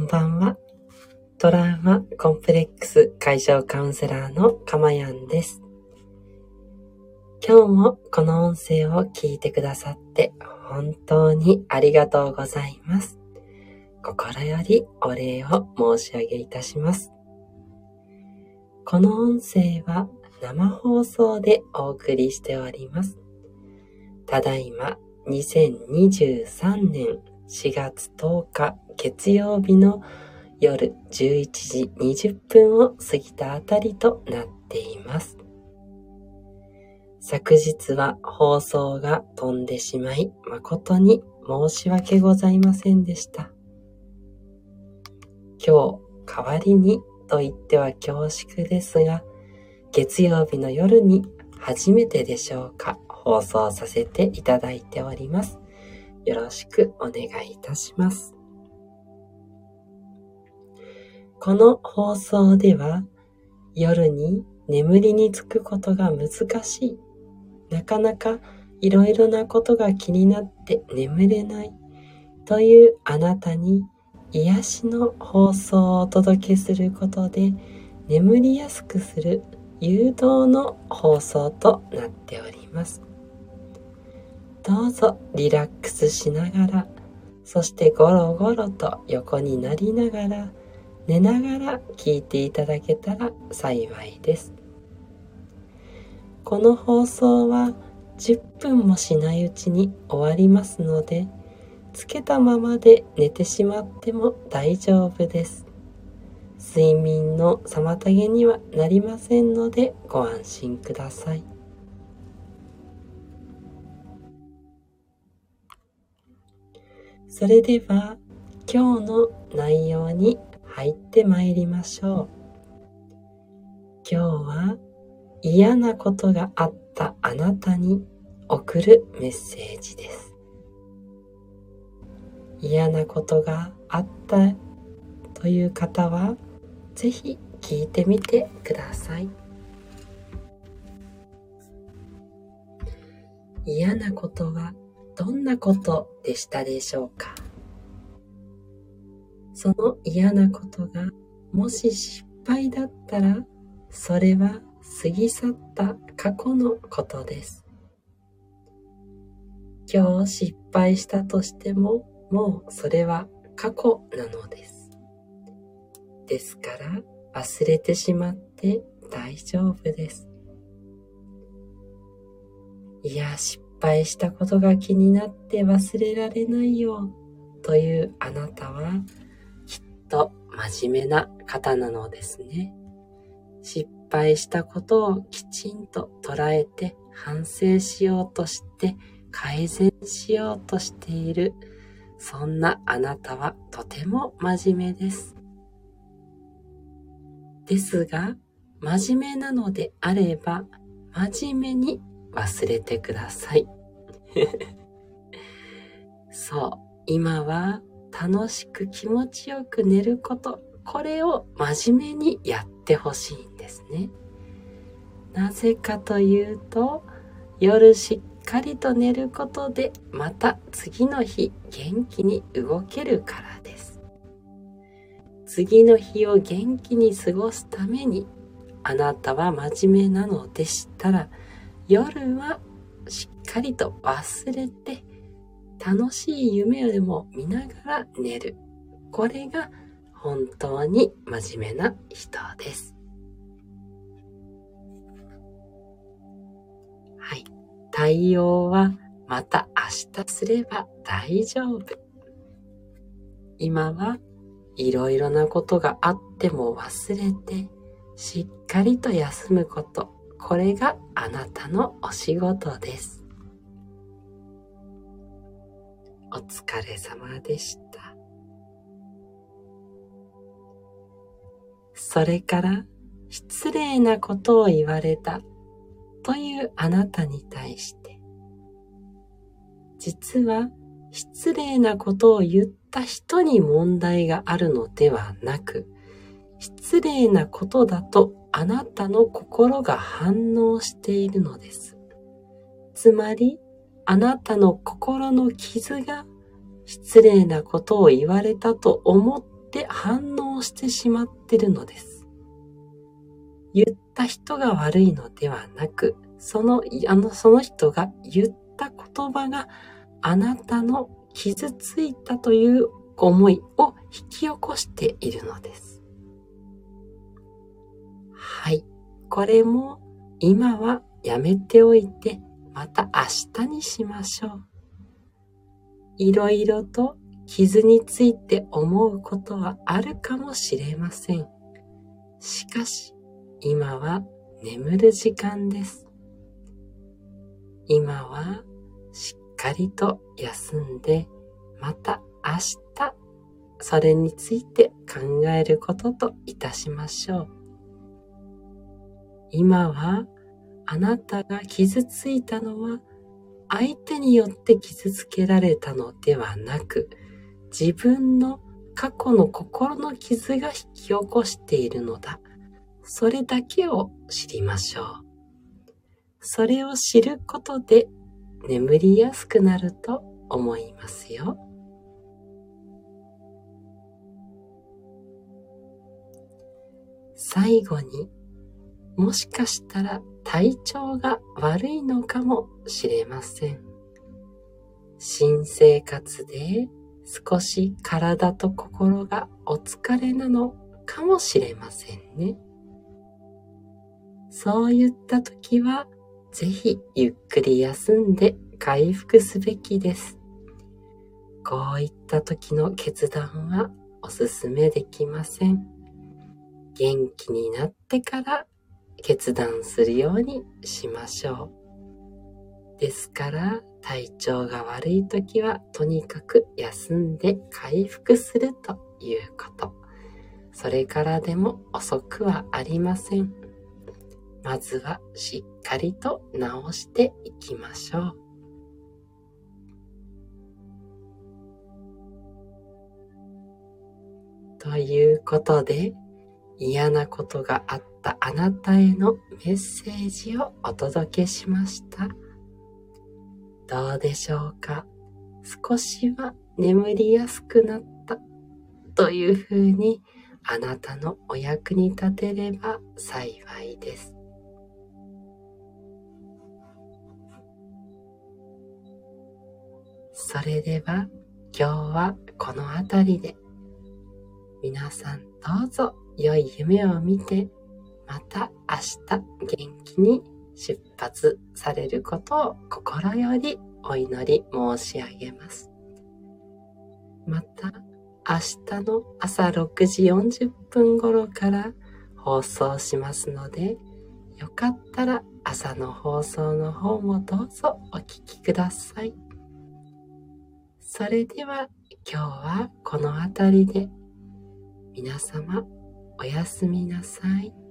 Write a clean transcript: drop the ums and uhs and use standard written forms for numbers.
ばんは。トラウマコンプレックス解消カウンセラーのかまやんです。今日もこの音声を聞いてくださって本当にありがとうございます。心よりお礼を申し上げいたします。この音声は生放送でお送りしております。ただいま2023年4月10日月曜日の夜11時20分を過ぎたあたりとなっています。昨日は放送が飛んでしまい誠に申し訳ございませんでした。今日代わりにと言っては恐縮ですが、月曜日の夜に初めてでしょうか、放送させていただいております。よろしくお願いいたします。この放送では夜に眠りにつくことが難しい、なかなかいろいろなことが気になって眠れないというあなたに癒しの放送をお届けすることで眠りやすくする誘導の放送となっております。どうぞリラックスしながら、そしてゴロゴロと横になりながら、寝ながら聞いていただけたら幸いです。この放送は10分もしないうちに終わりますので、つけたままで寝てしまっても大丈夫です。睡眠の妨げにはなりませんのでご安心ください。それでは今日の内容に入ってまいりましょう。今日は嫌なことがあったあなたに送るメッセージです。嫌なことがあったという方はぜひ聞いてみてください。嫌なことはどんなことでしたでしょうか。その嫌なことがもし失敗だったら、それは過ぎ去った過去のことです。今日失敗したとしても、もうそれは過去なのです。ですから忘れてしまって大丈夫です。いや、失敗したことが気になって忘れられないよというあなたはきっと真面目な方なのですね。失敗したことをきちんと捉えて反省しようとして改善しようとしている、そんなあなたはとても真面目です。ですが、真面目なのであれば真面目に忘れてください。そう、今は楽しく気持ちよく寝ること、これを真面目にやってほしいんですね。なぜかというと、夜しっかりと寝ることでまた次の日元気に動けるからです。次の日を元気に過ごすためにあなたは真面目なのでしたら、夜はしっかりと忘れて楽しい夢でも見ながら寝る。これが本当に真面目な人です。はい。対応はまた明日すれば大丈夫。今はいろいろなことがあっても忘れてしっかりと休むこと。これがあなたのお仕事です。お疲れ様でした。それから失礼なことを言われたというあなたに対して、実は失礼なことを言った人に問題があるのではなく、失礼なことだとあなたの心が反応しているのです。つまりあなたの心の傷が失礼なことを言われたと思っって反応してしまってるのです。言った人が悪いのではなく、その人が言った言葉があなたの傷ついたという思いを引き起こしているのです。はい。これも今はやめておいて、また明日にしましょう。いろいろと傷について思うことはあるかもしれません。しかし、今は眠る時間です。今はしっかりと休んで、また明日、それについて考えることといたしましょう。今はあなたが傷ついたのは相手によって傷つけられたのではなく、自分の過去の心の傷が引き起こしているのだ。それだけを知りましょう。それを知ることで眠りやすくなると思いますよ。最後に、もしかしたら体調が悪いのかもしれません。新生活で少し体と心がお疲れなのかもしれませんね。そういった時は、ぜひゆっくり休んで回復すべきです。こういった時の決断はおすすめできません。元気になってから決断するようにしましょう。ですから、体調が悪い時はとにかく休んで回復するということ。それからでも遅くはありません。まずはしっかりと治していきましょう。ということで、嫌なことがあったあなたへのメッセージをお届けしました。どうでしょうか？少しは眠りやすくなったというふうにあなたのお役に立てれば幸いです。それでは今日はこの辺りで、皆さんどうぞ良い夢を見て、また明日元気に出発されることを心よりお祈り申し上げます。また明日の朝6時40分頃から放送しますので、よかったら朝の放送の方もどうぞお聞きください。それでは今日はこの辺りで、皆様おやすみなさい。